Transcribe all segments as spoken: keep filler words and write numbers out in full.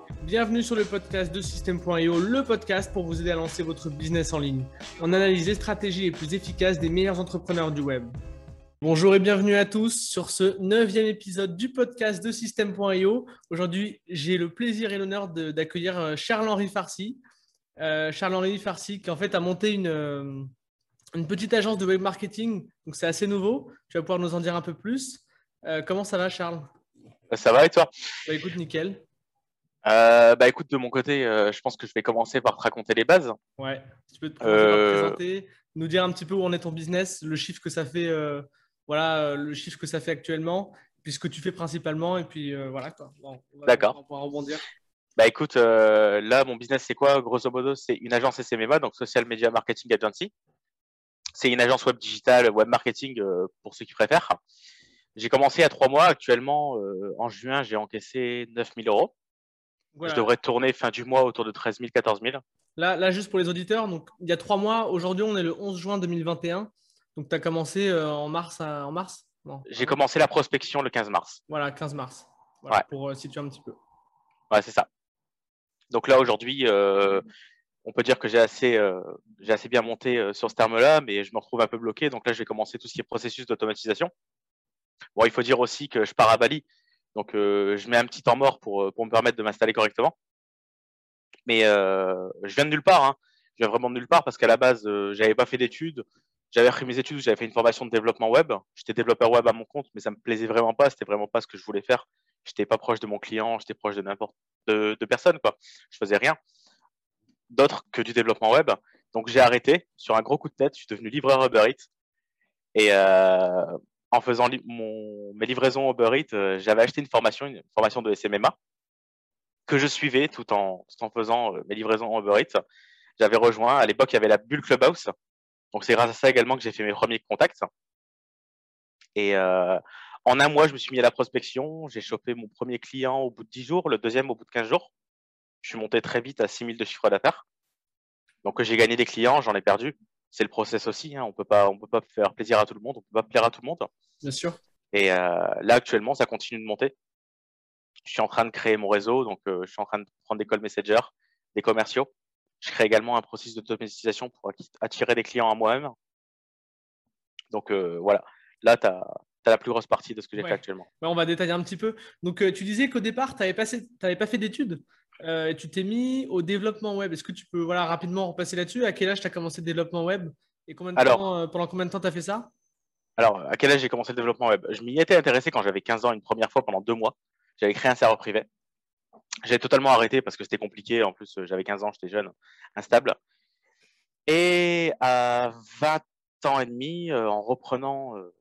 Bienvenue sur le podcast de System point i o, le podcast pour vous aider à lancer votre business en ligne. On analyse les stratégies les plus efficaces des meilleurs entrepreneurs du web. Bonjour et bienvenue à tous sur ce neuvième épisode du podcast de System point i o. Aujourd'hui, j'ai le plaisir et l'honneur de, d'accueillir Charles-Henri Farcy. Euh, Charles-Henri Farcy qui en fait a monté une, euh, une petite agence de web marketing, donc c'est assez nouveau. Tu vas pouvoir nous en dire un peu plus. Euh, comment ça va, Charles? Ça va et toi? Bah écoute, nickel. Euh, bah écoute, de mon côté, euh, je pense que je vais commencer par te raconter les bases. Ouais, si tu peux te commencer par te Euh, présenter, nous dire un petit peu où en est ton business, le chiffre que ça fait, euh, voilà, euh, le chiffre que ça fait actuellement, puis ce que tu fais principalement, et puis euh, voilà quoi. Bon, on va, on d'accord. va pouvoir rebondir. Bah écoute, euh, là, mon business, c'est quoi? Grosso modo, c'est une agence S M M A, donc Social Media Marketing Agency. C'est une agence web digital, web marketing euh, pour ceux qui préfèrent. J'ai commencé il y a trois mois. Actuellement, euh, en juin, j'ai encaissé neuf mille euros. Je Voilà. devrais tourner fin du mois autour de treize mille, quatorze mille. Là, là, juste pour les auditeurs, donc il y a trois mois, aujourd'hui on est le onze juin deux mille vingt et un, donc tu as commencé euh, en mars, à- en mars? Non, J'ai avril. commencé la prospection le quinze mars. Voilà, quinze mars, voilà, Ouais, pour euh, situer un petit peu. ouais, c'est ça. Donc là, aujourd'hui, euh, on peut dire que j'ai assez, euh, j'ai assez bien monté euh, sur ce terme-là, mais je me retrouve un peu bloqué. Donc là, je vais commencer tout ce qui est processus d'automatisation. Bon, il faut dire aussi que je pars à Bali, donc euh, je mets un petit temps mort pour, pour me permettre de m'installer correctement. Mais euh, je viens de nulle part, hein. Je viens vraiment de nulle part parce qu'à la base, euh, j'avais pas fait d'études. J'avais repris mes études, j'avais fait une formation de développement web. J'étais développeur web à mon compte, mais ça me plaisait vraiment pas. C'était vraiment pas ce que je voulais faire. J'étais pas proche de mon client, j'étais proche de n'importe de, de personne, quoi. Je faisais rien d'autre que du développement web. Donc j'ai arrêté sur un gros coup de tête. Je suis devenu livreur Uber Eats. Et euh, en faisant li- mon, mes livraisons Uber Eats, euh, j'avais acheté une formation, une formation de S M M A que je suivais tout en, tout en faisant euh, mes livraisons Uber Eats. J'avais rejoint, à l'époque, il y avait la bulle Clubhouse. Donc c'est grâce à ça également que j'ai fait mes premiers contacts. Et euh, en un mois, je me suis mis à la prospection. J'ai chopé mon premier client au bout de dix jours, le deuxième au bout de quinze jours. Je suis monté très vite à six mille de chiffre d'affaires. Donc j'ai gagné des clients, j'en ai perdu. C'est le process aussi, hein. On peut pas, on peut pas faire plaisir à tout le monde, on peut pas plaire à tout le monde. Bien sûr. Et euh, là actuellement, ça continue de monter. Je suis en train de créer mon réseau, donc euh, je suis en train de prendre des call messengers, des commerciaux. Je crée également un processus d'automatisation pour attirer des clients à moi-même. Donc euh, voilà, là tu as la plus grosse partie de ce que j'ai fait Ouais. actuellement. Ouais, on va détailler un petit peu. Donc, euh, tu disais qu'au départ, tu n'avais pas, t'avais pas fait d'études euh, et tu t'es mis au développement web. Est-ce que tu peux voilà, rapidement repasser là-dessus? À quel âge tu as commencé le développement web et combien de temps, Alors, euh, pendant combien de temps tu as fait ça? alors, à quel âge j'ai commencé le développement web? Je m'y étais intéressé quand j'avais quinze ans une première fois pendant deux mois. J'avais créé un serveur privé. J'ai totalement arrêté parce que c'était compliqué. En plus, j'avais quinze ans, j'étais jeune, instable. Et à vingt ans et demi, euh, en reprenant, euh,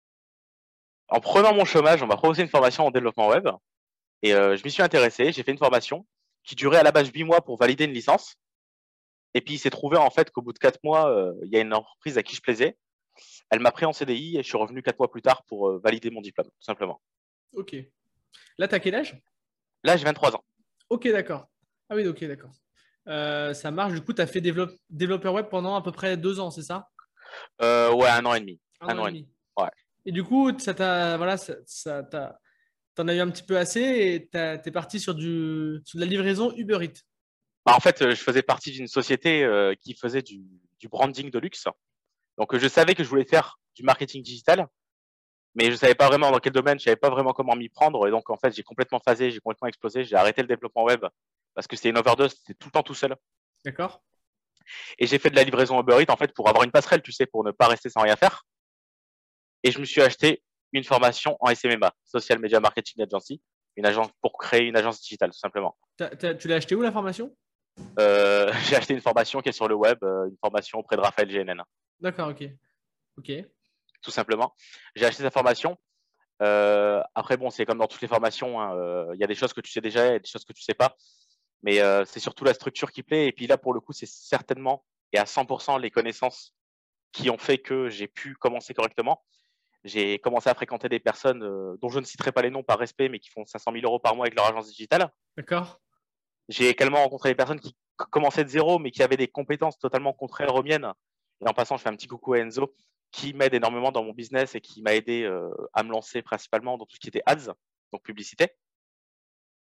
en prenant mon chômage, on m'a proposé une formation en développement web. Et euh, je m'y suis intéressé. J'ai fait une formation qui durait à la base huit mois pour valider une licence. Et puis, il s'est trouvé en fait qu'au bout de quatre mois, euh, il y a une entreprise à qui je plaisais. Elle m'a pris en C D I et je suis revenu quatre mois plus tard pour euh, valider mon diplôme, tout simplement. Ok. Là, tu as quel âge? Là, j'ai vingt-trois ans. Ok, d'accord. Ah oui, ok, d'accord. Euh, ça marche. Du coup, tu as fait développe- développeur web pendant à peu près deux ans, c'est ça? Euh, ouais, un an et demi. Un Un an et an et demi. demi. Ouais. Et du coup, ça t'a, voilà, ça, ça t'a, t'en as eu un petit peu assez et tu es parti sur, du, sur de la livraison Uber Eats. Bah, en fait, euh, je faisais partie d'une société euh, qui faisait du, du branding de luxe. Donc, euh, je savais que je voulais faire du marketing digital, mais je savais pas vraiment dans quel domaine, je savais pas vraiment comment m'y prendre. Et donc, en fait, j'ai complètement phasé, j'ai complètement explosé. J'ai arrêté le développement web parce que c'était une overdose, c'était tout le temps tout seul. D'accord? Et j'ai fait de la livraison Uber Eats, en fait, pour avoir une passerelle, tu sais, pour ne pas rester sans rien faire. Et je me suis acheté une formation en S M M A, Social Media Marketing Agency, une agence pour créer une agence digitale, tout simplement. T'as- t'as- tu l'as acheté où la formation? Euh, j'ai acheté une formation qui est sur le web, euh, une formation auprès de Raphaël G N N, D'accord, ok. Ok. tout simplement. J'ai acheté sa formation. Euh, après, bon, c'est comme dans toutes les formations, il hein, euh, y a des choses que tu sais déjà et des choses que tu sais pas. Mais euh, c'est surtout la structure qui plaît. Et puis là, pour le coup, c'est certainement et à cent pour cent les connaissances qui ont fait que j'ai pu commencer correctement. J'ai commencé à fréquenter des personnes euh, dont je ne citerai pas les noms par respect, mais qui font cinq cent mille euros par mois avec leur agence digitale. D'accord? J'ai également rencontré des personnes qui commençaient de zéro, mais qui avaient des compétences totalement contraires aux miennes. Et en passant, je fais un petit coucou à Enzo, qui m'aide énormément dans mon business et qui m'a aidé euh, à me lancer principalement dans tout ce qui était ads, donc publicité.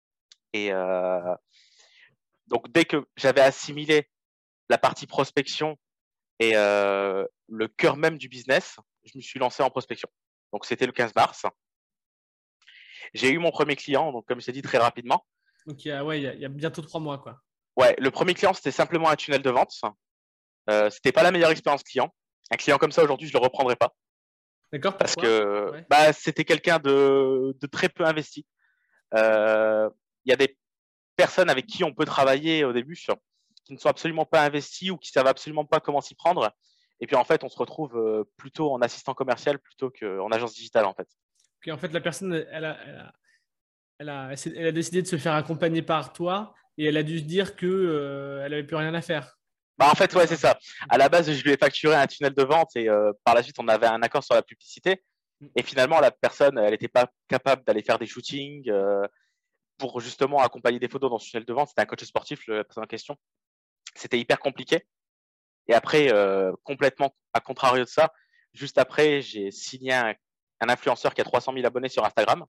Et euh, donc, dès que j'avais assimilé la partie prospection et euh, le cœur même du business, je me suis lancé en prospection. Donc, c'était le quinze mars. J'ai eu mon premier client, donc comme je t'ai dit très rapidement. Donc, il y a, ouais, il y a, il y a bientôt trois mois, quoi. Ouais, le premier client, c'était simplement un tunnel de vente. Euh, c'était pas la meilleure expérience client. Un client comme ça, aujourd'hui, je le reprendrai pas. D'accord, Parce pourquoi? que Ouais. bah, c'était quelqu'un de, de très peu investi. Euh, Il y a des personnes avec qui on peut travailler au début qui ne sont absolument pas investis ou qui savent absolument pas comment s'y prendre. Et puis en fait, on se retrouve euh, plutôt en assistant commercial plutôt qu'en agence digitale en fait. Puis en fait, la personne, elle a, elle a, elle a, elle a décidé de se faire accompagner par toi et elle a dû se dire que euh, elle avait plus rien à faire. Bah, Donc en c'est fait, pour ouais, c'est ça. ça. À la base, je lui ai facturé un tunnel de vente et euh, par la suite, on avait un accord sur la publicité. Et finalement, la personne, elle n'était pas capable d'aller faire des shootings euh, pour justement accompagner des photos dans ce tunnel de vente. C'était un coach sportif, la personne en question. C'était hyper compliqué. Et après, euh, complètement à contrario de ça, juste après, j'ai signé un, un influenceur qui a trois cent mille abonnés sur Instagram.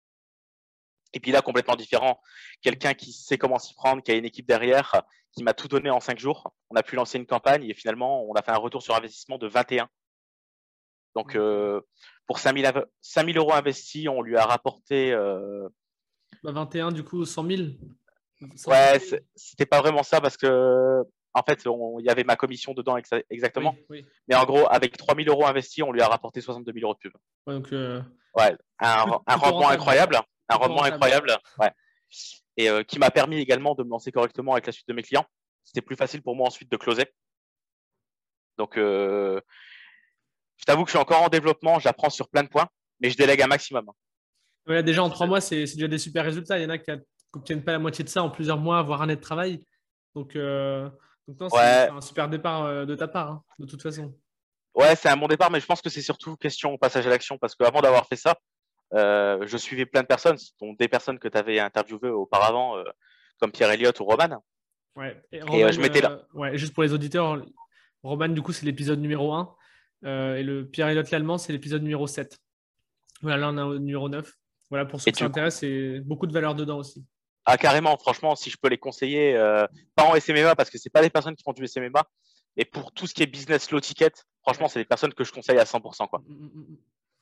Et puis là, complètement différent, quelqu'un qui sait comment s'y prendre, qui a une équipe derrière, qui m'a tout donné en cinq jours. On a pu lancer une campagne et finalement, on a fait un retour sur investissement de vingt et un. Donc, euh, pour cinq mille euros investis, on lui a rapporté. Euh... Bah, vingt et un, du coup, cent mille. cent trente Ouais, mille. c'était pas vraiment ça parce que, en fait, il y avait ma commission dedans exa exactement. Oui, oui. Mais en gros, avec trois mille euros investis, on lui a rapporté soixante-deux mille euros de pub. Ouais, donc, euh, Ouais, un, un plutôt rendement rentable. incroyable. Un Plutôt rendement rentable. incroyable. Ouais. Et euh, qui m'a permis également de me lancer correctement avec la suite de mes clients. C'était plus facile pour moi ensuite de closer. Donc, euh, je t'avoue que je suis encore en développement, j'apprends sur plein de points, mais je délègue un maximum. Ouais, déjà, en trois mois, c'est déjà des super résultats. Il y en a qui n'obtiennent pas la moitié de ça en plusieurs mois, voire un an de travail. Donc, euh, donc non, c'est Ouais, un super départ euh, de ta part, hein, de toute façon. ouais, c'est un bon départ, mais je pense que c'est surtout question passage à l'action, parce qu'avant d'avoir fait ça, euh, je suivais plein de personnes, dont des personnes que tu avais interviewées auparavant, euh, comme Pierre Elliott ou Roman. Ouais. Et Et euh, Roman, je m'étais là. euh, ouais, juste pour les auditeurs, Roman, du coup, c'est l'épisode numéro un. Euh, et le Pierre Elliott l'Allemand, c'est l'épisode numéro sept. Voilà, là, on a au numéro neuf. Voilà, pour ceux Et que ça du coup, intéresse, c'est beaucoup de valeur dedans aussi. ah, carrément, franchement, si je peux les conseiller, euh, pas en S M M A, parce que c'est pas des personnes qui font du S M M A, et pour tout ce qui est business low ticket, franchement, Ouais. c'est des personnes que je conseille à cent pour cent, quoi. Mm, mm, mm.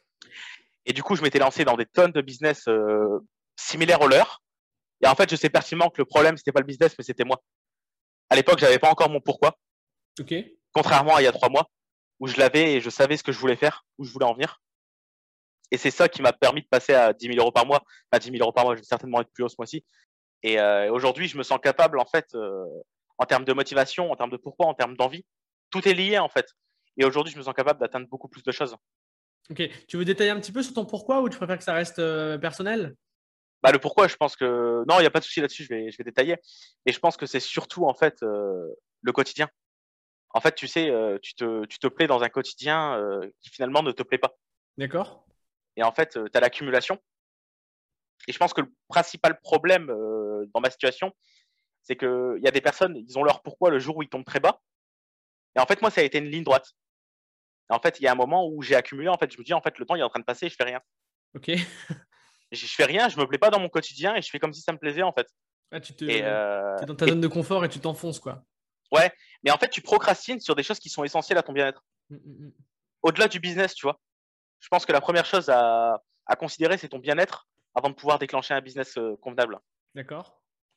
Et du coup, je m'étais lancé dans des tonnes de business euh, similaires au leur. Et en fait, je sais pertinemment que le problème, c'était pas le business, mais c'était moi. À l'époque, j'avais pas encore mon pourquoi, Ok. contrairement à il y a trois mois, où je l'avais et je savais ce que je voulais faire, où je voulais en venir. Et c'est ça qui m'a permis de passer à dix mille euros par mois. À dix mille euros par mois, je vais certainement être plus haut ce mois-ci. Et euh, aujourd'hui, je me sens capable, en fait, euh, en termes de motivation, en termes de pourquoi, en termes d'envie. Tout est lié, en fait. Et aujourd'hui, je me sens capable d'atteindre beaucoup plus de choses. Ok. Tu veux détailler un petit peu sur ton pourquoi ou tu préfères que ça reste euh, personnel? Bah, le pourquoi, je pense que non, il n'y a pas de souci là-dessus. Je vais, je vais détailler. Et je pense que c'est surtout en fait euh, le quotidien. En fait, tu sais, euh, tu te, tu te plais dans un quotidien euh, qui finalement ne te plaît pas. D'accord. Et en fait, euh, tu as l'accumulation. Et je pense que le principal problème euh, dans ma situation, c'est qu'il y a des personnes, ils ont leur pourquoi le jour où ils tombent très bas. Et en fait, moi, ça a été une ligne droite. Et en fait, il y a un moment où j'ai accumulé. En fait, je me dis, en fait, le temps il est en train de passer et je fais rien. Ok. Je, je fais rien, je me plais pas dans mon quotidien et je fais comme si ça me plaisait en fait. Ah, tu Et, te, euh, t'es dans ta et zone de confort et tu t'enfonces, quoi. ouais, mais en fait, tu procrastines sur des choses qui sont essentielles à ton bien-être. Mm, mm, mm. Au-delà du business, tu vois. Je pense que la première chose à, à considérer, c'est ton bien-être avant de pouvoir déclencher un business euh, convenable. D'accord.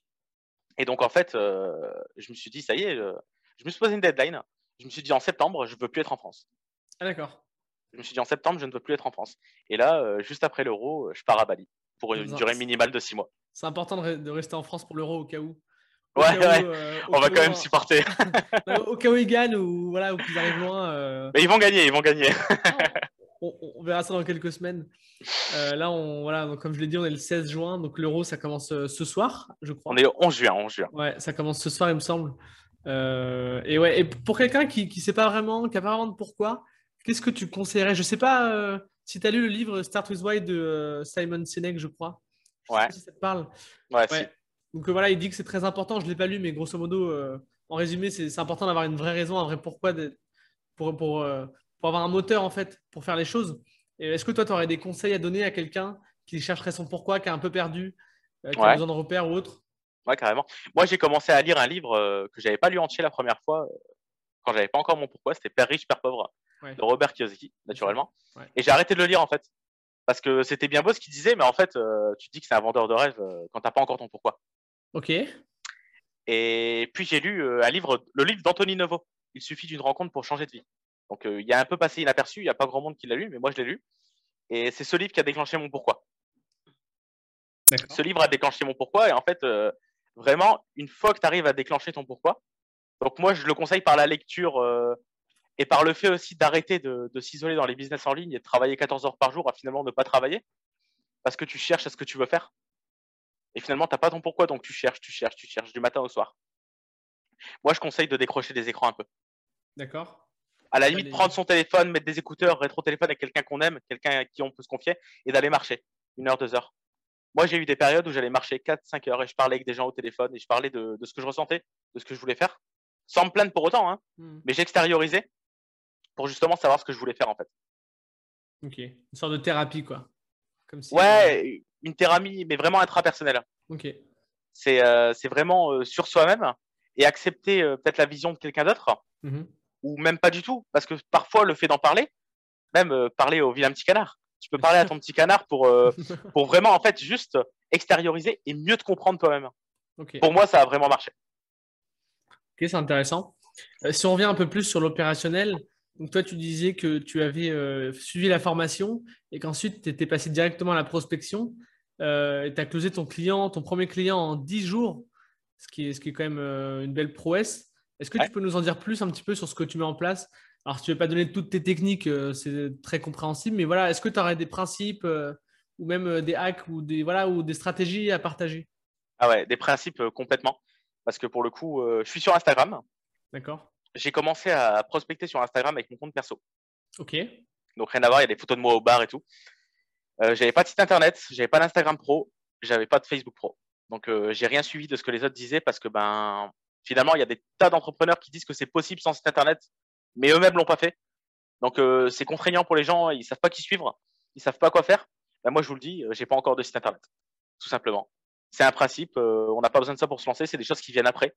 Et donc, en fait, euh, je me suis dit, ça y est, euh, je me suis posé une deadline. Je me suis dit, en septembre, je ne veux plus être en France. Ah, d'accord. Je me suis dit, en septembre, je ne veux plus être en France. Et là, euh, juste après l'euro, je pars à Bali pour une durée minimale de six mois. C'est important de, re- de rester en France pour l'euro au cas où. Au Ouais, cas où, ouais, euh, au on va cas quand où, même supporter. non, au cas où ils gagnent ou voilà, ou qu'ils arrivent loin. euh, Mais ils vont gagner, ils vont gagner. on, on verra ça dans quelques semaines. Euh, là, on, voilà, donc, comme je l'ai dit, on est le seize juin, donc l'euro, ça commence euh, ce soir, je On crois. est le onze juin, onze juin. Ouais, ça commence ce soir, il me semble. Euh, et ouais, et pour quelqu'un qui ne sait pas vraiment, qui n'a pas vraiment de pourquoi, qu'est-ce que tu conseillerais? Je sais pas euh, si tu as lu le livre Start with Why de euh, Simon Sinek, je crois. Je sais Ouais, pas si ça te parle. ouais, si. Ouais. Donc euh, voilà, il dit que c'est très important. Je ne l'ai pas lu, mais grosso modo, euh, en résumé, c'est c'est important d'avoir une vraie raison, un vrai pourquoi de- pour, pour, euh, pour avoir un moteur en fait pour faire les choses. Et est-ce que toi, tu aurais des conseils à donner à quelqu'un qui chercherait son pourquoi, qui est un peu perdu? euh, qui a Ouais, besoin de repères ou autre? ouais, carrément. Moi, j'ai commencé à lire un livre euh, que j'avais pas lu entier la première fois, euh, quand j'avais pas encore mon pourquoi. C'était Père riche, Père pauvre Ouais, de Robert Kiyosaki, bien sûr. naturellement. Ouais. Et j'ai arrêté de le lire en fait, parce que c'était bien beau ce qu'il disait, mais en fait, euh, tu te dis que c'est un vendeur de rêve euh, quand t'as pas encore ton pourquoi. Ok, Et puis j'ai lu euh, un livre, le livre d'Anthony Novo. Il suffit d'une rencontre pour changer de vie. Donc euh, il y a un peu passé inaperçu, il y a pas grand monde qui l'a lu, mais moi je l'ai lu. Et c'est ce livre qui a déclenché mon pourquoi. Ce d'accord. livre a déclenché mon pourquoi, et en fait, euh, vraiment, une fois que tu arrives à déclencher ton pourquoi, donc moi je le conseille par la lecture euh, et par le fait aussi d'arrêter de, de s'isoler dans les business en ligne et de travailler quatorze heures par jour à finalement ne pas travailler, parce que tu cherches à ce que tu veux faire. Et finalement, tu n'as pas ton pourquoi, donc tu cherches, tu cherches, tu cherches du matin au soir. Moi, je conseille de décrocher des écrans un peu. D'accord. À la limite, D'aller. prendre son téléphone, mettre des écouteurs, rétro téléphone avec quelqu'un qu'on aime, quelqu'un à qui on peut se confier, et d'aller marcher une heure, deux heures. Moi, j'ai eu des périodes où j'allais marcher quatre, cinq heures et je parlais avec des gens au téléphone et je parlais de, de ce que je ressentais, de ce que je voulais faire, sans me plaindre pour autant, hein, Hmm. mais j'extériorisais pour justement savoir ce que je voulais faire en fait. Ok. Une sorte de thérapie, quoi. Comme si. euh, Ouais, une thérapie, mais vraiment intrapersonnelle. Ok. C'est euh, c'est vraiment euh, sur soi-même et accepter euh, peut-être la vision de quelqu'un d'autre, Mhm. ou même pas du tout, parce que parfois le fait d'en parler, même euh, parler au vilain petit canard. Tu peux Bien parler à sûr. ton petit canard pour, euh, pour vraiment, en fait, juste extérioriser et mieux te comprendre toi-même. Ok. Pour moi, ça a vraiment marché. Ok, c'est intéressant. Euh, si on revient un peu plus sur l'opérationnel, donc toi, tu disais que tu avais euh, suivi la formation et qu'ensuite, tu étais passé directement à la prospection euh, et tu as closé ton client, ton premier client en dix jours, ce qui est, ce qui est quand même euh, une belle prouesse. Est-ce que tu Ouais. peux nous en dire plus un petit peu sur ce que tu mets en place? Alors, si tu ne veux pas donner toutes tes techniques, euh, c'est très compréhensible, mais voilà, est-ce que tu aurais des principes euh, ou même euh, des hacks ou des, voilà, ou des stratégies à partager? Ah ouais, des principes euh, complètement. Parce que pour le coup, euh, je suis sur Instagram. D'accord? J'ai commencé à prospecter sur Instagram avec mon compte perso. Ok. Donc rien à voir, il y a des photos de moi au bar et tout. Euh, j'avais pas de site internet, j'avais pas d'Instagram pro, j'avais pas de Facebook pro. Donc euh, j'ai rien suivi de ce que les autres disaient parce que ben finalement il y a des tas d'entrepreneurs qui disent que c'est possible sans site internet, mais eux-mêmes l'ont pas fait. Donc euh, c'est contraignant pour les gens, ils savent pas qui suivre, ils savent pas quoi faire. Ben, moi je vous le dis, euh, j'ai pas encore de site internet, tout simplement. C'est un principe, euh, on n'a pas besoin de ça pour se lancer, c'est des choses qui viennent après.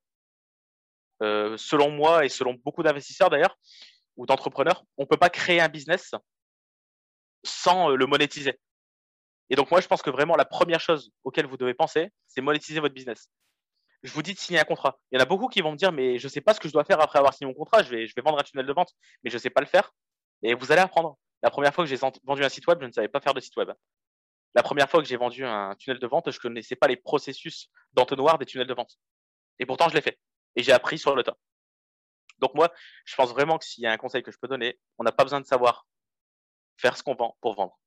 Euh, selon moi et selon beaucoup d'investisseurs d'ailleurs ou d'entrepreneurs, on peut pas créer un business sans euh, le monétiser. Et donc moi je pense que vraiment la première chose auquel vous devez penser, c'est monétiser votre business. Je vous dis de signer un contrat. Il y en a beaucoup qui vont me dire mais je sais pas ce que je dois faire après avoir signé mon contrat, je vais, je vais vendre un tunnel de vente, mais je sais pas le faire. Et vous allez apprendre. La première fois que j'ai vendu un site web, je ne savais pas faire de site web. La première fois que j'ai vendu un tunnel de vente, je ne connaissais pas les processus d'entonnoir des tunnels de vente. Et pourtant, je l'ai fait. Et j'ai appris sur le tas. Donc moi, je pense vraiment que s'il y a un conseil que je peux donner, on n'a pas besoin de savoir faire ce qu'on vend pour vendre,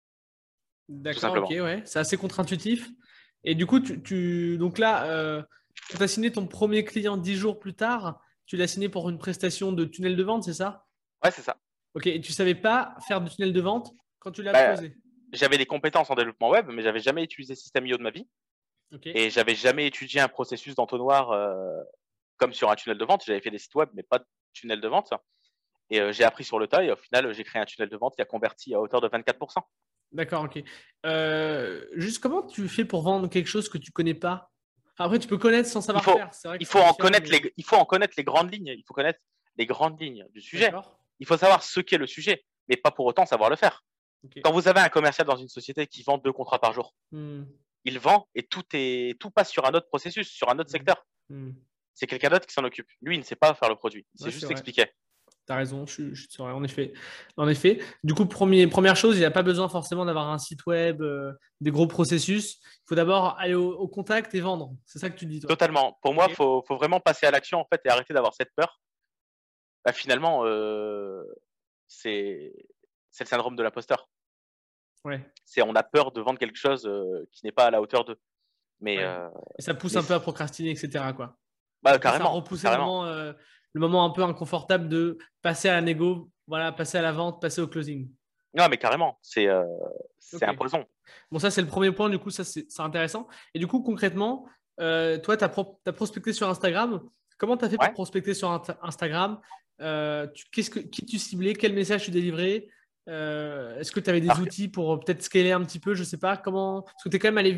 tout D'accord, ok, simplement. ouais, c'est assez contre-intuitif. Et du coup, tu, tu- donc là, euh, quand tu as signé ton premier client dix jours plus tard, tu l'as signé pour une prestation de tunnel de vente, c'est ça? Ouais, c'est ça. Ok, et tu savais pas faire de tunnel de vente quand tu l'as Bah, closé. j'avais des compétences en développement web, mais j'avais jamais utilisé System I O de ma vie. Ok, Et j'avais jamais étudié un processus d'entonnoir euh, comme sur un tunnel de vente. J'avais fait des sites web, mais pas de tunnel de vente. Et euh, j'ai appris sur le tas. Et au final, j'ai créé un tunnel de vente qui a converti à hauteur de vingt-quatre pour cent. d'accord, ok. Euh, juste comment tu fais pour vendre quelque chose que tu connais pas? Après, tu peux connaître sans Il savoir faut, faire, c'est vrai que il c'est faut en différent, connaître mais les, il faut en connaître les grandes lignes. Il faut connaître les grandes lignes du sujet. d'accord, Il faut savoir ce qu'est le sujet, mais pas pour autant savoir le faire. ok. Quand vous avez un commercial dans une société qui vend deux contrats par jour, Hmm, il vend et tout est, tout passe sur un autre processus, sur un autre hmm, secteur. hmm. C'est quelqu'un d'autre qui s'en occupe. Lui, il ne sait pas faire le produit. Il sait Ouais, c'est juste vrai. l'expliquer. T'as raison, je, suis- je suis sûr, en effet. En effet. Du coup, premier, première chose, il n'y a pas besoin forcément d'avoir un site web, euh, des gros processus. Il faut d'abord aller au, au contact et vendre. C'est ça que tu dis, toi. Totalement. Pour moi, Ok. il faut, faut, vraiment passer à l'action en fait et arrêter d'avoir cette peur. Bah, finalement, euh, c'est le syndrome de l'imposteur. Ouais, C'est on a peur de vendre quelque chose euh, qui n'est pas à la hauteur d'eux. Mais, ouais. euh, Et ça pousse mais un peu à procrastiner, et cetera, quoi. bah, Après, ça a carrément, repoussé le carrément. moment, euh, le moment un peu inconfortable de passer à la négo, voilà, passer à la vente, passer au closing. Non, mais carrément, c'est euh, c'est Ok. un poison. Bon, ça, c'est le premier point. Du coup, ça, c'est c'est intéressant. Et du coup, concrètement, euh, toi, tu as, pro t'as prospecté sur Instagram. Comment tu as fait pour Ouais. prospecter sur Insta- Instagram? Euh, tu, qu'est-ce que, qui tu ciblais? Quel message tu délivrais? Euh, est-ce que tu avais des Alors, outils pour euh, peut-être scaler un petit peu? Je sais pas. Comment. Parce que tu es quand même allé vite.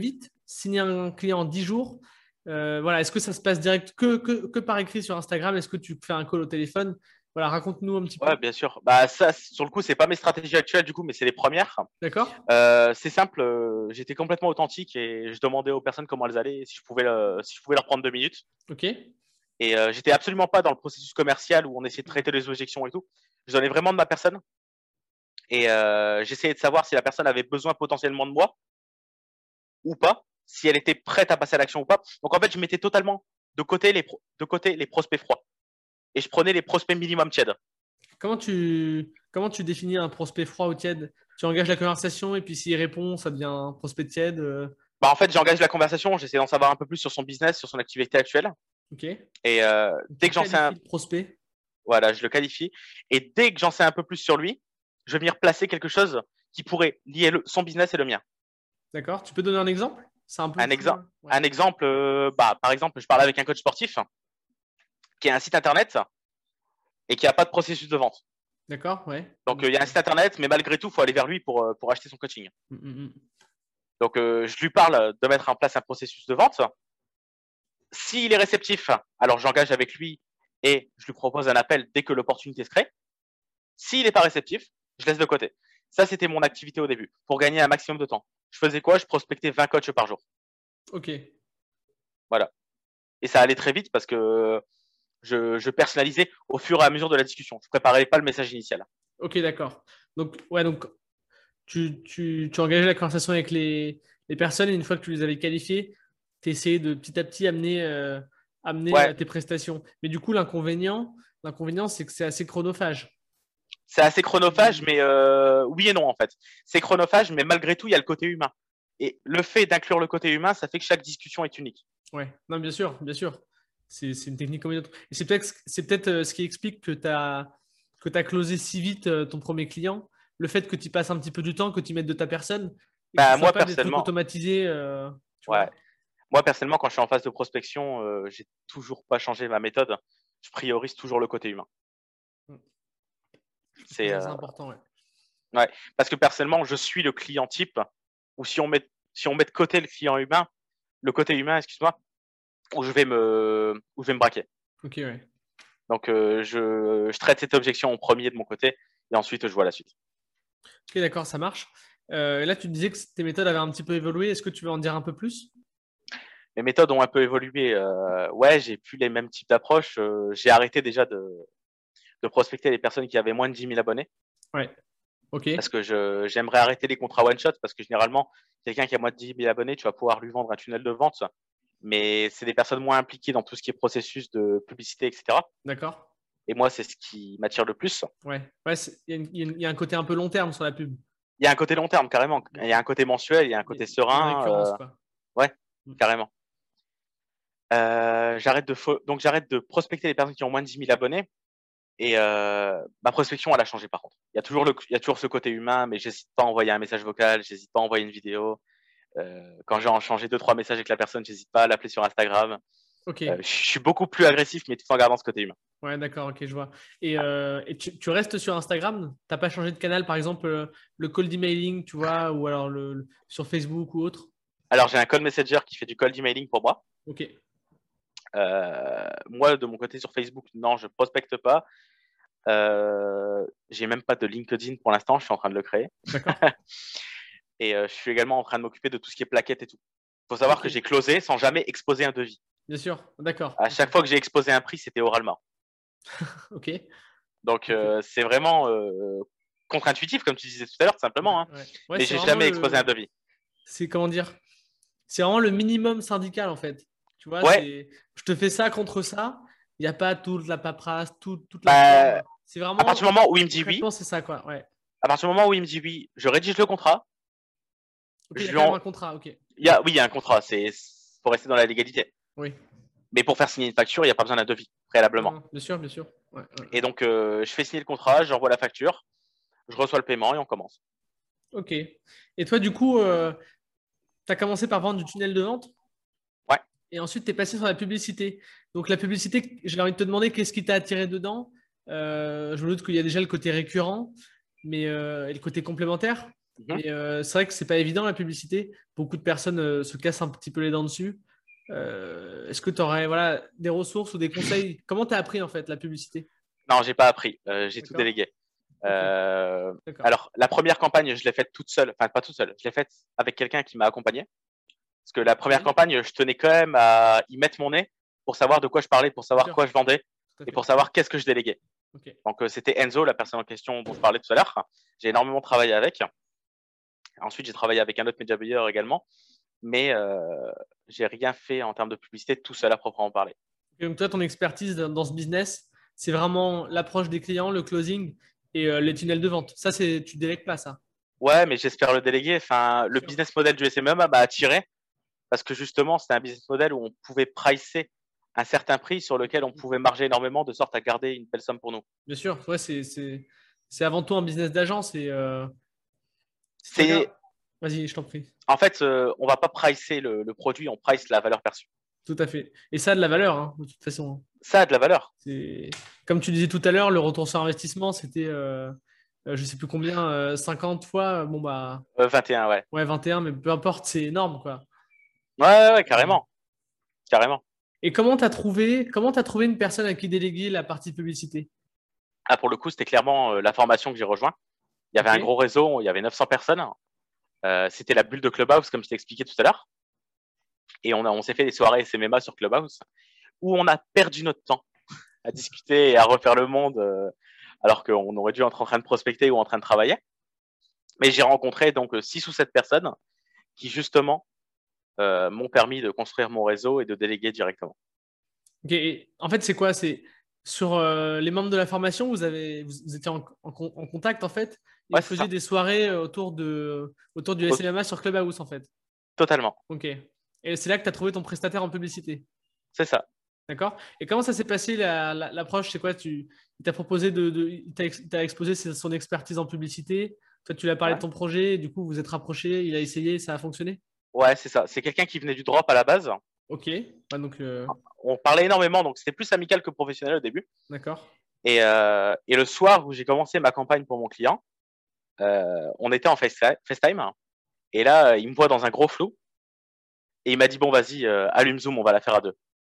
signer un client en dix jours. Euh, voilà, est-ce que ça se passe direct que, que, que par écrit sur Instagram? Est-ce que tu fais un call au téléphone? Voilà, raconte-nous un petit Ouais, peu. bien sûr. Bah, ça, sur le coup, c'est pas mes stratégies actuelles, du coup, mais c'est les premières. D'accord? Euh, c'est simple, euh, j'étais complètement authentique et je demandais aux personnes comment elles allaient, si je pouvais, euh, si je pouvais leur prendre deux minutes. Ok. Et euh, j'étais absolument pas dans le processus commercial où on essayait de traiter les objections et tout. Je donnais vraiment de ma personne. Et euh, j'essayais de savoir si la personne avait besoin potentiellement de moi ou pas, si elle était prête à passer à l'action ou pas. Donc en fait, je mettais totalement de côté les, pro- de côté les prospects froids. Et je prenais les prospects minimum tièdes. Comment tu, comment tu définis un prospect froid ou tiède? Tu engages la conversation et puis s'il répond, ça devient un prospect tiède. euh, Bah, en fait, j'engage la conversation, j'essaie d'en savoir un peu plus sur son business, sur son activité actuelle. Ok. Et euh, dès Tu que j'en sais un, qualifies le prospect. voilà, je le qualifie. Et dès que j'en sais un peu plus sur lui, je vais venir placer quelque chose qui pourrait lier le, son business et le mien. D'accord. Tu peux donner un exemple? C'est un peu Un, flou, exemple, hein. Ouais. un exemple, euh, bah, par exemple, je parlais avec un coach sportif qui a un site internet et qui n'a pas de processus de vente. D'accord, ouais. Donc, euh, il y a un site internet, mais malgré tout, il faut aller vers lui pour, euh, pour acheter son coaching. Mm, mm, mm. Donc, euh, je lui parle de mettre en place un processus de vente. S'il est réceptif, alors j'engage avec lui et je lui propose un appel dès que l'opportunité se crée. S'il n'est pas réceptif, je laisse de côté. Ça, c'était mon activité au début, pour gagner un maximum de temps. Je faisais quoi? Je prospectais vingt coachs par jour. Ok. Voilà. Et ça allait très vite parce que je, je personnalisais au fur et à mesure de la discussion. Je préparais pas le message initial. Ok, d'accord. Donc, ouais, donc tu, tu, tu engageais la conversation avec les, les personnes et une fois que tu les avais qualifiées, tu essayais de petit à petit amener, euh, amener Ouais, euh, tes prestations. Mais du coup, l'inconvénient, l'inconvénient, c'est que c'est assez chronophage. c'est assez chronophage, mais euh, oui et non en fait. C'est chronophage, mais malgré tout, il y a le côté humain. Et le fait d'inclure le côté humain, ça fait que chaque discussion est unique. Ouais, non, bien sûr, bien sûr. C'est c'est une technique comme une autre. Et c'est peut-être c'est peut-être euh, ce qui explique que tu as que tu closé si vite euh, ton premier client. Le fait que tu passes un petit peu du temps, que tu mettes de ta personne et que ce ne Bah, soit moi pas des trucs personnellement, automatisés, euh, tu ouais. vois. Moi personnellement, quand je suis en phase de prospection, euh, j'ai toujours pas changé ma méthode. Je priorise toujours le côté humain. Je trouve C'est ça euh, assez important, ouais. ouais, parce que personnellement, je suis le client type. Ou si on met si on met de côté le client humain, le côté humain, excuse-moi, où je vais me où je vais me braquer. Ok, ouais. Donc euh, je, je traite cette objection en premier de mon côté et ensuite je vois la suite. Ok, d'accord, ça marche. Euh, là, tu disais que tes méthodes avaient un petit peu évolué. Est-ce que tu veux en dire un peu plus? Mes méthodes ont un peu évolué. Euh, ouais, j'ai plus les mêmes types d'approches. Euh, j'ai arrêté déjà de, de prospecter les personnes qui avaient moins de dix mille abonnés Ouais, ok. parce que je, j'aimerais arrêter les contrats one shot parce que généralement, quelqu'un qui a moins de dix mille abonnés, tu vas pouvoir lui vendre un tunnel de vente, mais c'est des personnes moins impliquées dans tout ce qui est processus de publicité, et cetera. D'accord. Et moi, c'est ce qui m'attire le plus. Ouais, ouais, c'est- il y, a une- il y a une- il y a un côté un peu long terme sur la pub. Il y a un côté long terme, carrément. Il y a un côté mensuel, il y a un Il y a, côté il y a une serein. récurrence, Euh, quoi. ouais, Mm. carrément. Euh, j'arrête de fo- donc j'arrête de prospecter les personnes qui ont moins de dix mille abonnés et euh, ma prospection elle a changé par contre. Il y a toujours le, il y a toujours ce côté humain, mais j'hésite pas à envoyer un message vocal, j'hésite pas à envoyer une vidéo. Euh, quand j'ai changé deux trois messages avec la personne, j'hésite pas à l'appeler sur Instagram. Ok. Euh, je suis beaucoup plus agressif, mais tout en gardant ce côté humain. Ouais, d'accord, ok, je vois. Et, euh, et tu, tu restes sur Instagram? T'as pas changé de canal, par exemple, euh, le cold emailing, tu vois, ou alors le, le- sur Facebook ou autre? Alors j'ai un call messenger qui fait du cold emailing pour moi. Ok, Euh, moi de mon côté sur Facebook, non, je prospecte pas. Euh, j'ai même pas de LinkedIn pour l'instant, je suis en train de le créer. d'accord. Et euh, je suis également en train de m'occuper de tout ce qui est plaquettes et tout. Il faut savoir Ok, que j'ai closé sans jamais exposer un devis. bien sûr, d'accord. À Ok, chaque fois que j'ai exposé un prix, c'était oralement. ok, Donc ok. euh, c'est vraiment euh, contre-intuitif, comme tu disais tout à l'heure, tout Ouais, simplement. Hein. ouais. Ouais, Mais c'est j'ai vraiment jamais exposé un le. devis. C'est comment dire? C'est vraiment le minimum syndical, en fait. Tu vois, Ouais, c'est. Je te fais ça contre ça. Il n'y a pas toute la paperasse, tout- toute la bah, forme. C'est à partir vraiment. du moment où il me dit oui, Concrètement, c'est ça, quoi. Ouais. à partir du moment où il me dit oui, je rédige le contrat. Ok, il y Je a lui quand même en... un contrat, ok. il y a... Oui, il y a un contrat, c'est faut rester dans la légalité. Oui. Mais pour faire signer une facture, il n'y a pas besoin d'un devis, Non, préalablement. non, bien sûr, bien sûr. Ouais, ouais, Et ouais. donc, euh, je fais signer le contrat, j'envoie la facture, je reçois le paiement et on commence. Ok. Et toi, du coup, euh, tu as commencé par vendre du tunnel de vente Ouais. et ensuite tu es passé sur la publicité. Donc, la publicité, j'ai envie de te demander qu'est-ce qui t'a attiré dedans. Euh, je me doute qu'il y a déjà le côté récurrent, mais euh, et le côté complémentaire. Mhm. Et euh, c'est vrai que c'est pas évident la publicité. Beaucoup de personnes euh, se cassent un petit peu les dents dessus. Euh, est-ce que tu aurais voilà, des ressources ou des conseils? Comment tu as appris en fait la publicité? Non, j'ai pas appris. Euh, j'ai tout D'accord? délégué. Ok, Euh, d'accord. alors, la première campagne, je l'ai faite toute seule. Enfin, pas toute seule. Je l'ai faite avec quelqu'un qui m'a accompagné. Parce que la première Ok, campagne, je tenais quand même à y mettre mon nez pour savoir de quoi je parlais, pour bien savoir sûr, quoi je vendais tout à et fait. pour savoir qu'est-ce que je déléguais. Ok. Donc, euh, c'était Enzo, la personne en question dont je parlais tout à l'heure. J'ai énormément travaillé avec. Ensuite, j'ai travaillé avec un autre média buyer également. Mais euh, j'ai rien fait en termes de publicité tout seul à proprement parler. Et donc toi, ton expertise dans dans ce business, c'est vraiment l'approche des clients, le closing et euh, les tunnels de vente. Ça, c'est tu délègues pas ça. Ouais, mais j'espère le déléguer. Enfin, Bien le sûr. business model du S M M A m'a attiré parce que justement, c'était un business model où on pouvait pricer un certain prix sur lequel on pouvait marger énormément de sorte à garder une belle somme pour nous. Bien sûr. Ouais, c'est c'est c'est avant tout un business d'agence et euh, si tu regardes, C'est, vas-y, je t'en prie. en fait, euh, on va pas pricer le, le produit, on price la valeur perçue. Tout à fait. Et ça a de la valeur, hein, de toute façon. Ça a de la valeur. C'est comme tu disais tout à l'heure, le retour sur investissement, c'était euh, euh, je sais plus combien, euh, cinquante fois. Bon bah Euh, vingt et un, ouais. ouais, vingt et un, mais peu importe, c'est énorme quoi. Ouais, ouais, ouais, Euh, carrément, carrément. Et comment t'as trouvé, comment t'as trouvé une personne à qui déléguer la partie publicité? Ah, pour le coup, c'était clairement euh, la formation que j'ai rejoint. Il y avait Ok. un gros réseau, il y avait neuf cents personnes. Euh, c'était la bulle de Clubhouse, comme je t'ai expliqué tout à l'heure. Et on, a, on s'est fait des soirées S M M A sur Clubhouse où on a perdu notre temps à discuter et à refaire le monde euh, alors qu'on aurait dû être en train de prospecter ou en train de travailler. Mais j'ai rencontré donc six ou sept personnes qui justement euh, m'ont permis de construire mon réseau et de déléguer directement. Ok. Et en fait, c'est quoi? C'est sur euh, les membres de la formation, vous avez, vous, vous étiez en, en con- en contact en fait, et Ouais, vous c'est faisiez ça. des soirées euh, autour de, autour du Au- S M M A sur Clubhouse en fait. Totalement. Ok. Et c'est là que tu as trouvé ton prestataire en publicité. C'est ça. D'accord? Et comment ça s'est passé la- la- l'approche? C'est quoi? Tu, il t'a proposé de, de il t'a ex- il t'a exposé ses- son expertise en publicité. Toi, tu lui as parlé de Ouais, ton projet. Et du coup, vous vous êtes rapprochés. Il a essayé. Ça a fonctionné? ouais, c'est ça. C'est quelqu'un qui venait du drop à la base. Ok. Ouais, donc, euh, On parlait énormément, donc c'était plus amical que professionnel au début. d'accord. Et, euh, et le soir où j'ai commencé ma campagne pour mon client, euh, on était en FaceTime. Et là, il me voit dans un gros flou. Et il m'a dit, bon, vas-y, euh, allume Zoom, on va la faire à deux.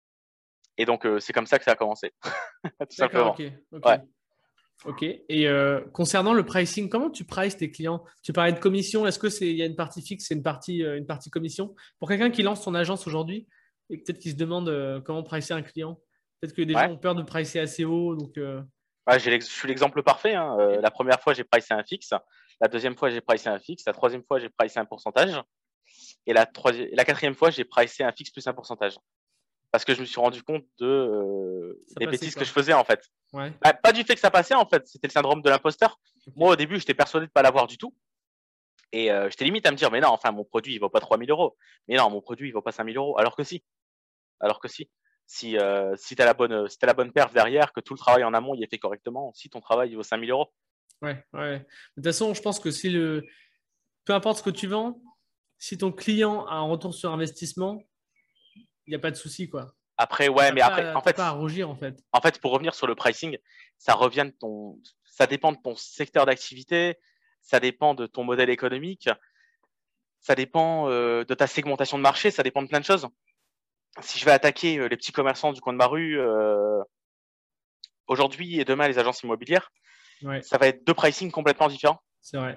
Et donc, euh, c'est comme ça que ça a commencé, tout D'accord. simplement. Ok. Ok. Ouais. Ok. Et euh, concernant le pricing, comment tu prices tes clients? Tu parlais de commission. Est-ce que c'est il y a une partie fixe et une partie euh, une partie commission? Pour quelqu'un qui lance son agence aujourd'hui et peut-être qu'il se demande euh, comment pricer un client, peut-être que des gens Ouais. ont peur de pricer assez haut. Donc, euh, Ouais, j'ai l'ex- je suis l'exemple parfait. Hein. Euh, ok. la première fois, j'ai pricé un fixe. La deuxième fois, j'ai pricé un fixe. La troisième fois, j'ai pricé un pourcentage. Et la, troisième, la quatrième fois, j'ai pricé un fixe plus un pourcentage. Parce que je me suis rendu compte de, euh, Ça des passait bêtises que quoi? je faisais, en fait. Ouais. Bah, pas du fait que ça passait, en fait. C'était le syndrome de l'imposteur. Moi, Ok. au début, j'étais persuadé de ne pas l'avoir du tout. Et euh, j'étais limite à me dire, mais non, enfin, mon produit, il vaut pas trois mille euros. Mais non, mon produit, il vaut pas cinq mille euros. Alors que si. Alors que si. Si, euh, si tu as la bonne, si t'as la bonne perf derrière, que tout le travail en amont il est fait correctement, si ton travail il vaut cinq mille euros. Ouais, ouais. De toute façon, je pense que si le, peu importe ce que tu vends, si ton client a un retour sur investissement, il n'y a pas de souci, quoi. Après, Tu ouais, n'as mais après, pas, en t'as fait, pas à rougir, en fait. en fait, pour revenir sur le pricing, ça revient de ton, ça dépend de ton secteur d'activité, ça dépend de ton modèle économique, ça dépend euh, de ta segmentation de marché, ça dépend de plein de choses. Si je vais attaquer euh, les petits commerçants du coin de ma rue euh, aujourd'hui et demain les agences immobilières, Ouais, ça va être deux pricing complètement différents. c'est vrai.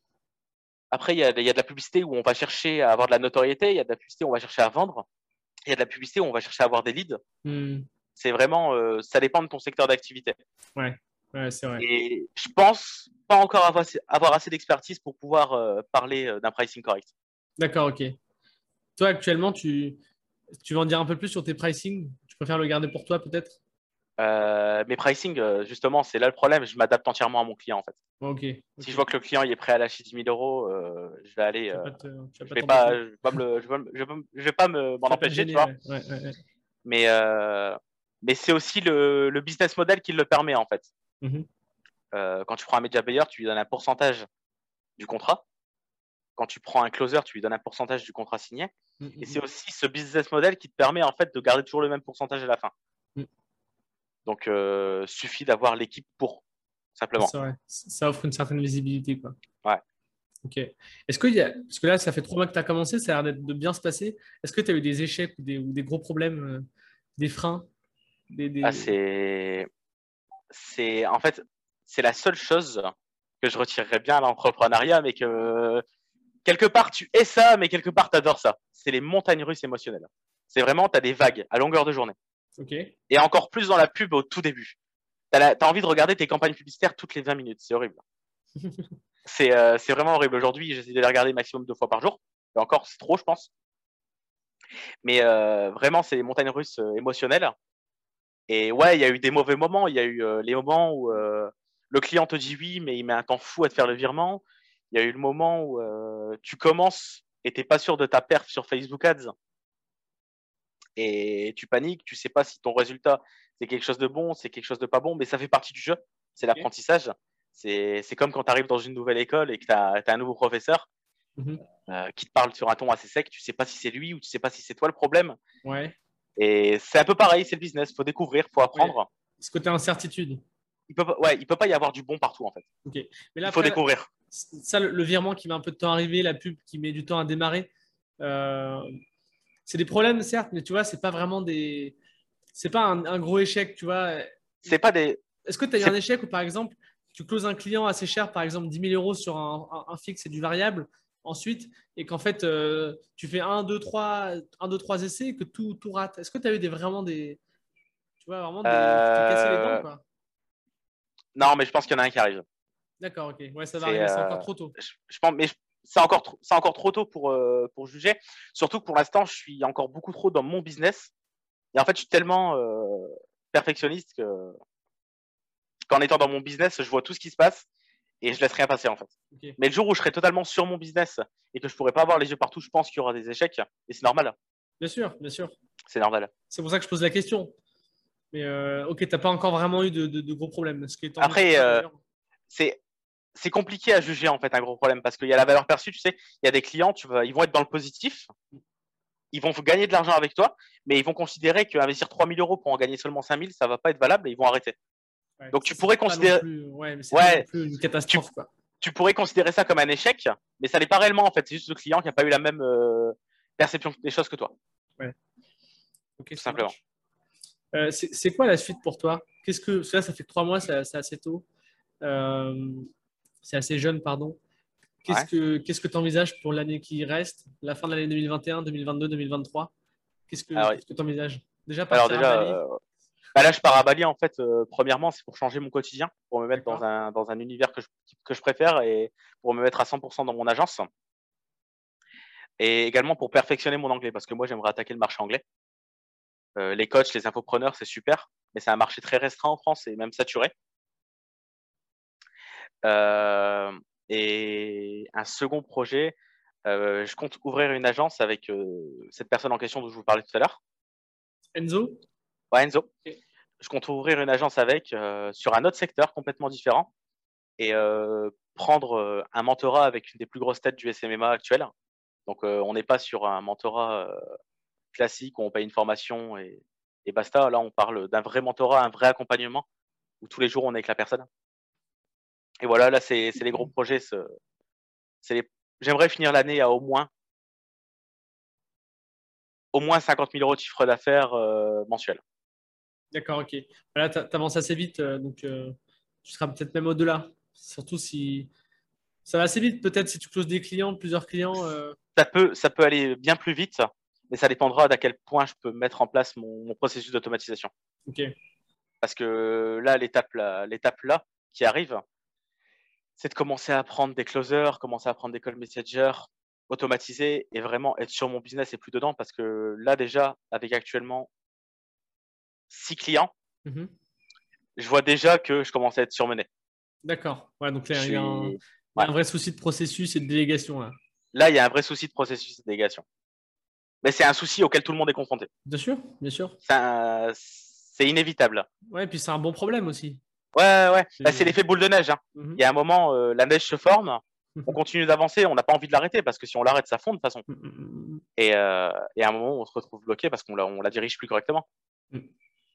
Après, il y a, il y a de la publicité où on va chercher à avoir de la notoriété, il y a de la publicité où on va chercher à vendre, il y a de la publicité où on va chercher à avoir des leads. Hmm. C'est vraiment, euh, ça dépend de ton secteur d'activité. Ouais, ouais, c'est vrai. Et je pense pas encore avoir, avoir assez d'expertise pour pouvoir euh, parler euh, d'un pricing correct. D'accord, ok. Toi, actuellement, tu, tu veux en dire un peu plus sur tes pricing? Tu préfères le garder pour toi, peut-être? Euh, mes pricing, euh, justement, c'est là le problème. Je m'adapte entièrement à mon client, en fait. Ok, Si ok. je vois que le client il est prêt à lâcher dix mille euros, euh, je vais aller, Tu vas euh, pas te, tu vas je pas vais pas, t'embêter. je vais pas me, le- je vais, me- je vais, me- je vais pas me m'en Tu vas pas te empêcher, tu gêner, vois. ouais. Ouais, ouais, ouais. Mais, euh, mais c'est aussi le, le business model qui le permet, en fait. Mhm. Euh, quand tu prends un media buyer, tu lui donnes un pourcentage du contrat. Quand tu prends un closer, tu lui donnes un pourcentage du contrat signé. Mhm, Et mhm, c'est aussi ce business model qui te permet en fait de garder toujours le même pourcentage à la fin. mhm. Donc, euh, suffit d'avoir l'équipe pour, simplement. C'est vrai. Ça offre une certaine visibilité, quoi. Ouais. Ok. Est-ce qu'il y a, parce que là, ça fait trois mois que tu as commencé, ça a l'air d'être- de bien se passer. Est-ce que tu as eu des échecs ou des, ou des gros problèmes, euh, des freins, des, Ah, des... c'est, c'est, en fait, c'est la seule chose que je retirerais bien à l'entrepreneuriat, mais que quelque part, tu es ça, mais quelque part, tu adores ça. C'est les montagnes russes émotionnelles. C'est vraiment, tu as des vagues à longueur de journée. Ok. Et encore plus dans la pub au tout début. Tu as, envie de regarder tes campagnes publicitaires toutes les vingt minutes. C'est horrible. C'est euh, c'est vraiment horrible. Aujourd'hui, j'essaie de les regarder maximum deux fois par jour. Et encore, c'est trop, je pense. Mais euh, vraiment, c'est les montagnes russes euh, émotionnelles. Et ouais, il y a eu des mauvais moments. Il y a eu euh, les moments où euh, le client te dit oui, mais il met un temps fou à te faire le virement. Il y a eu le moment où euh, tu commences et t'es pas sûr de ta perf sur Facebook Ads et tu paniques. Tu sais pas si ton résultat c'est quelque chose de bon, c'est quelque chose de pas bon, mais ça fait partie du jeu. C'est Ok. l'apprentissage. C'est c'est comme quand tu arrives dans une nouvelle école et que tu as, un nouveau professeur Mhm. euh, qui te parle sur un ton assez sec. Tu sais pas si c'est lui ou tu sais pas si c'est toi le problème. Ouais. Et c'est un peu pareil, c'est le business. Faut découvrir, faut Ouais. apprendre. Ce côté incertitude. Il peut, pas- ouais, il peut pas y avoir du bon partout en fait. Ok. Mais là, Il faut après, découvrir. ça, le, le virement qui met un peu de temps à arriver, la pub qui met du temps à démarrer, euh, c'est des problèmes, certes, mais tu vois, c'est pas vraiment des. C'est pas un, un gros échec, tu vois. C'est pas des. Est-ce que tu as eu un C'est échec où, par exemple, tu closes un client assez cher, par exemple dix mille euros sur un, un- un fixe et du variable, ensuite, et qu'en fait, euh, tu fais un, deux, trois, un, deux, trois essais et que tout, tout rate. Est-ce que tu as eu des, vraiment des. Tu vois, vraiment des. Tu t'es cassé les dents, euh... quoi. Non, mais je pense qu'il y en a un qui arrive. D'accord, ok. Ouais, ça va C'est, arriver, c'est encore euh... trop tôt. je, je pense, mais je- c'est encore, trop- c'est encore trop tôt pour euh, pour juger. Surtout que pour l'instant, je suis encore beaucoup trop dans mon business. Et en fait, je suis tellement euh, perfectionniste que qu'en étant dans mon business, je vois tout ce qui se passe et je laisse rien passer en fait. Ok. Mais le jour où je serai totalement sur mon business et que je pourrai pas avoir les yeux partout, je pense qu'il y aura des échecs et c'est normal. Bien sûr, bien sûr. C'est normal. C'est pour ça que je pose la question. Mais euh, ok, t'as pas encore vraiment eu de, de- de gros problèmes. Ce qui est tant mieux pour Après, toi euh, d'ailleurs. c'est c'est compliqué à juger en fait un gros problème parce qu'il y a la valeur perçue. Tu sais, il y a des clients, tu vas, ils vont être dans le positif, ils vont gagner de l'argent avec toi, mais ils vont considérer qu'investir trois mille euros pour en gagner seulement cinq mille, ça va pas être valable et ils vont arrêter. Ouais, Donc ça, tu c'est pourrais pas non considérer, plus. Ouais, mais c'est pas non ouais, plus une tu, catastrophe, quoi. tu pourrais considérer ça comme un échec, mais ça n'est pas réellement en fait. C'est juste le client qui n'a pas eu la même euh, perception des choses que toi, Ouais. Ok, tout ça simplement. marche. Euh, c'est c'est quoi la suite pour toi? Qu'est-ce que ça, ça fait que trois mois, c'est c'est assez tôt. Euh, c'est assez jeune, pardon. Qu'est-ce Ouais. que qu'est-ce que tu envisages pour l'année qui reste, la fin de l'année deux mille vingt et un, deux mille vingt-deux, deux mille vingt-trois? Qu'est-ce que Alors, qu'est-ce que tu envisages? Déjà alors partir à déjà, Bali, euh, bah là je pars à Bali en fait. Euh, premièrement, c'est pour changer mon quotidien, pour me mettre dans d'accord? un dans un univers que je que je préfère et pour me mettre à cent pour cent dans mon agence. Et également pour perfectionner mon anglais, parce que moi j'aimerais attaquer le marché anglais. Euh, les coachs, les infopreneurs, c'est super, mais c'est un marché très restreint en France et même saturé. Euh, et un second projet, euh, je compte ouvrir une agence avec euh, cette personne en question dont je vous parlais tout à l'heure, Enzo? ouais, Enzo. Ok. Je compte ouvrir une agence avec euh, sur un autre secteur complètement différent et euh, prendre euh, un mentorat avec une des plus grosses têtes du S M M A actuel. Donc euh, on n'est pas sur un mentorat euh, classique où on paye une formation et, et basta. Là, on parle d'un vrai mentorat, un vrai accompagnement où tous les jours on est avec la personne. Et voilà, là, c'est les gros projets. Les... J'aimerais finir l'année à au moins, au moins cinquante mille euros de chiffre d'affaires euh, mensuel. D'accord, ok. Voilà, tu avances assez vite, euh, donc euh, tu seras peut-être même au-delà. Surtout si ça va assez vite, peut-être si tu closes des clients, plusieurs clients. euh, Ça peut, ça peut aller bien plus vite, mais ça dépendra d'à quel point je peux mettre en place mon, mon processus d'automatisation. Ok, Parce que là, l'étape là, l'étape là qui arrive, c'est de commencer à prendre des closers, commencer à prendre des call messengers, automatiser et vraiment être sur mon business et plus dedans. Parce que là, déjà, avec actuellement six clients, mhm. je vois déjà que je commence à être surmené. D'accord. Ouais, donc Je là, il y a un, suis, il y ouais. a un vrai souci de processus et de délégation là. Là, il y a un vrai souci de processus de délégation. Mais c'est un souci auquel tout le monde est confronté. Bien sûr, bien sûr. C'est inévitable. Ouais, et puis c'est un bon problème aussi. Ouais, ouais. Bah, c'est Et- l'effet boule de neige. Hein. Mhm. Il y a un moment, euh, la neige se forme, on continue d'avancer, on n'a pas envie de l'arrêter parce que si on l'arrête, ça fond de toute façon. Mhm. Et, euh, et à un moment, on se retrouve bloqué parce qu'on la, on la dirige plus correctement, Mhm.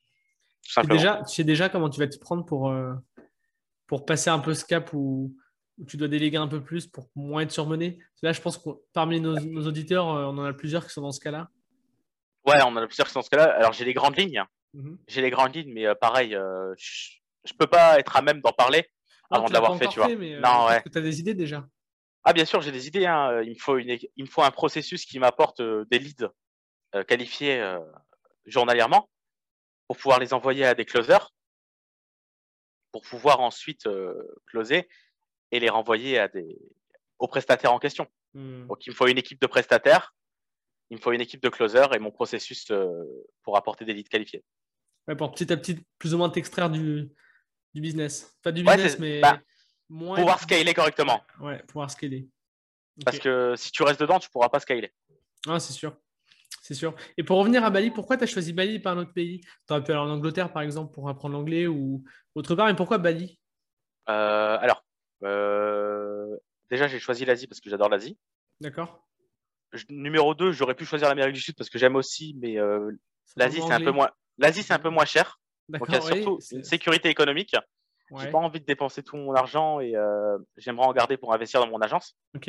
tout Tu sais simplement. déjà, tu sais déjà comment tu vas te prendre pour, euh, pour passer un peu ce cap où où tu dois déléguer un peu plus pour moins être surmené? Là, je pense que parmi nos, nos auditeurs, euh, on en a plusieurs qui sont dans ce cas-là. Ouais, on en a plusieurs qui sont dans ce cas-là. Alors, j'ai les grandes lignes. Mhm. J'ai les grandes lignes, mais euh, pareil, euh, je ne peux pas être à même d'en parler Non, avant tu de l'as pas l'avoir fait, encore tu vois. fait, mais euh, Non, peut-être ouais. que tu as des idées déjà. Ah, bien sûr, j'ai des idées. Hein. Il me faut une, il me faut un processus qui m'apporte euh, des leads euh, qualifiés euh, journalièrement pour pouvoir les envoyer à des closers, pour pouvoir ensuite euh, closer et les renvoyer à des, aux prestataires en question. Hmm. Donc, il me faut une équipe de prestataires, il me faut une équipe de closers et mon processus euh, pour apporter des leads qualifiés. Ouais, pour petit à petit, plus ou moins t'extraire du, du business. Pas du Ouais, business, c'est bah, mais moins pouvoir être scaler dépendant. Ouais, correctement. ouais, pouvoir scaler. Parce Ok. que si tu restes dedans, tu pourras pas scaler. Ah, c'est sûr. C'est sûr. Et pour revenir à Bali, pourquoi tu as choisi Bali et pas un autre pays? Tu aurais pu aller en Angleterre, par exemple, pour apprendre l'anglais ou autre part, mais pourquoi Bali? Euh, alors, euh, déjà, j'ai choisi l'Asie parce que j'adore l'Asie. D'accord? Je- Numéro deux, j'aurais pu choisir l'Amérique du Sud parce que j'aime aussi, mais euh, Ça parle l'Asie, moins c'est un peu anglais. moins, l'Asie, c'est Ok. un peu moins cher. Donc, il y a D'accord, oui. surtout une c'est- sécurité économique. J'ai pas Ouais. envie de dépenser tout mon argent et euh, j'aimerais en garder pour investir dans mon agence. Ok.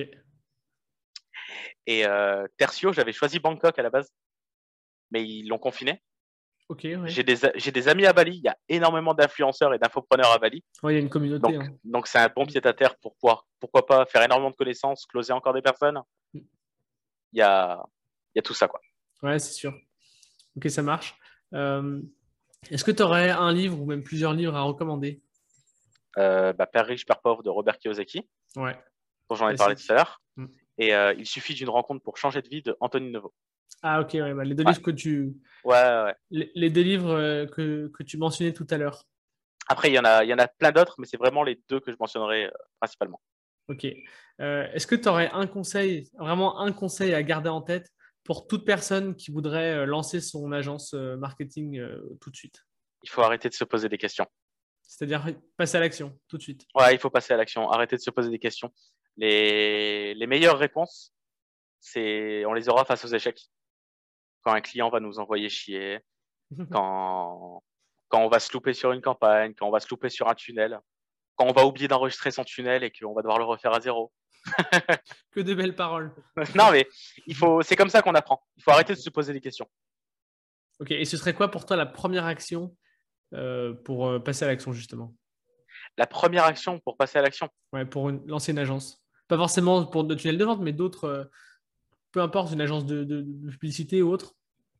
Et euh, tertio, j'avais choisi Bangkok à la base, mais ils l'ont confiné. Ok, ouais. J'ai des, j'ai des amis à Bali. Il y a énormément d'influenceurs et d'infopreneurs à Bali. Ouais, il y a une communauté, Donc, hein. donc c'est un bon pied à terre pour pouvoir, pourquoi pas, faire énormément de connaissances, closer encore des personnes. Il y a, il y a tout ça, quoi. Ouais, c'est sûr. Ok, ça marche. Euh, Est-ce que tu aurais un livre ou même plusieurs livres à recommander? Euh, bah, Père riche, Père pauvre de Robert Kiyosaki, Ouais, dont j'en ai parlé tout à classique. l'heure. Mm. Et euh, Il suffit d'une rencontre pour changer de vie de Anthony Neveu. Ah, ok, ouais, bah, les deux Ouais, livres que tu, ouais, ouais. Ouais. les, les deux livres euh, que, que tu mentionnais tout à l'heure. Après, il y en a, il y en a plein d'autres, mais c'est vraiment les deux que je mentionnerai euh, principalement. Ok. Euh, est-ce que tu aurais un conseil, vraiment un conseil à garder en tête pour toute personne qui voudrait euh, lancer son agence euh, marketing euh, tout de suite? Il faut arrêter de se poser des questions. C'est-à-dire passer à l'action tout de suite. Ouais, il faut passer à l'action. Arrêter de se poser des questions. Les, les meilleures réponses, c'est, on les aura face aux échecs. Quand un client va nous envoyer chier, quand, quand on va se louper sur une campagne, quand on va se louper sur un tunnel, quand on va oublier d'enregistrer son tunnel et qu'on va devoir le refaire à zéro. Que de belles paroles. Non, mais il faut, c'est comme ça qu'on apprend. Il faut arrêter de se poser des questions. Ok. Et ce serait quoi pour toi la première action euh, pour euh, passer à l'action justement? La première action pour passer à l'action, Ouais, pour une- lancer une agence. Pas forcément pour de tunnel de vente, mais d'autres, euh, peu importe, une agence de, de- de publicité ou autre.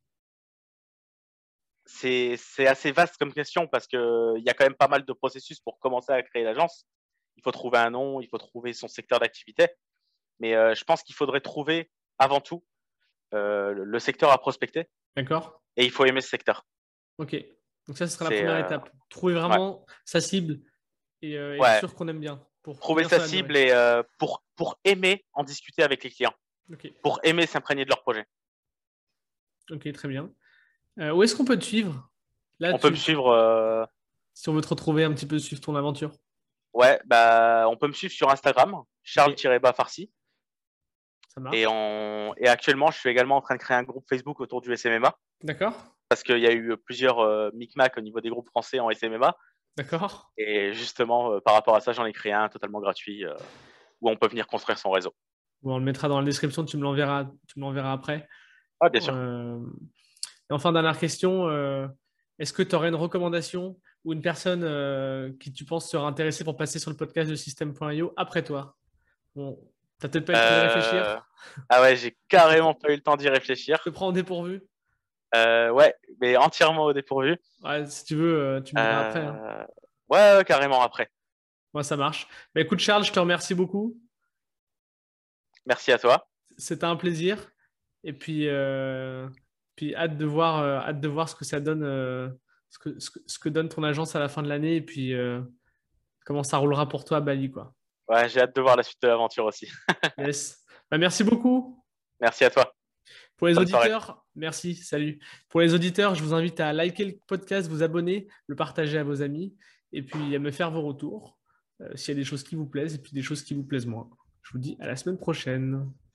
c'est, c'est assez vaste comme question parce que il y a quand même pas mal de processus pour commencer à créer l'agence. Il faut trouver un nom, il faut trouver son secteur d'activité. Mais euh, je pense qu'il faudrait trouver avant tout euh, le secteur à prospecter D'accord? et il faut aimer ce secteur. Ok. Donc ça, ce sera la C'est première euh, étape. Trouver ouais, vraiment sa cible et euh, être ouais, sûr qu'on aime bien pour trouver tenir sur sa la durée. cible et euh, pour pour aimer en discuter avec les clients, Ok. pour aimer s'imprégner de leur projet. Ok, très bien. Euh, où est-ce qu'on peut te suivre? Là, On peut me tu, tu- suivre, euh, si on veut te retrouver un petit peu, suivre ton aventure. ouais, bah on peut me suivre sur Instagram, Ok, Charles-Farsi. ça Et, marche. on, et actuellement, je suis également en train de créer un groupe Facebook autour du S M M A D'accord? parce qu'il y a eu plusieurs euh, micmacs au niveau des groupes français en S M M A. D'accord. Et justement, euh, par rapport à ça, j'en ai créé un totalement gratuit euh, où on peut venir construire son réseau. Bon, on le mettra dans la description, tu me l'enverras, tu me l'enverras après. Ah, bien sûr. Euh, Et enfin, dernière question, euh, est-ce que tu aurais une recommandation ou une personne euh, qui tu penses sera intéressée pour passer sur le podcast de System point i o après toi? Bon, t'as peut-être pas eu le temps d'y Euh... réfléchir. Ah ouais, j'ai Je te, carrément prends- pas eu le temps d'y je te réfléchir. prends au dépourvu. Euh, ouais, mais entièrement au dépourvu. Ouais, si tu veux, euh, tu me diras après, hein. Euh... Ouais, ouais, carrément après. Moi, ça marche. Bah, écoute, Charles, je te remercie beaucoup. Merci à toi. C'était un plaisir. Et puis, euh, puis hâte de voir, euh, hâte de voir ce que ça donne, euh, ce que, ce que, ce que donne ton agence à la fin de l'année et puis euh, comment ça roulera pour toi à Bali, quoi. Ouais, j'ai hâte de voir la suite de l'aventure aussi. Yes. Bah, merci beaucoup. Merci à toi. Pour les Bonne soirée. auditeurs, merci, salut. Pour les auditeurs, je vous invite à liker le podcast, vous abonner, le partager à vos amis et puis à me faire vos retours euh, s'il y a des choses qui vous plaisent et puis des choses qui vous plaisent moins. Je vous dis à la semaine prochaine.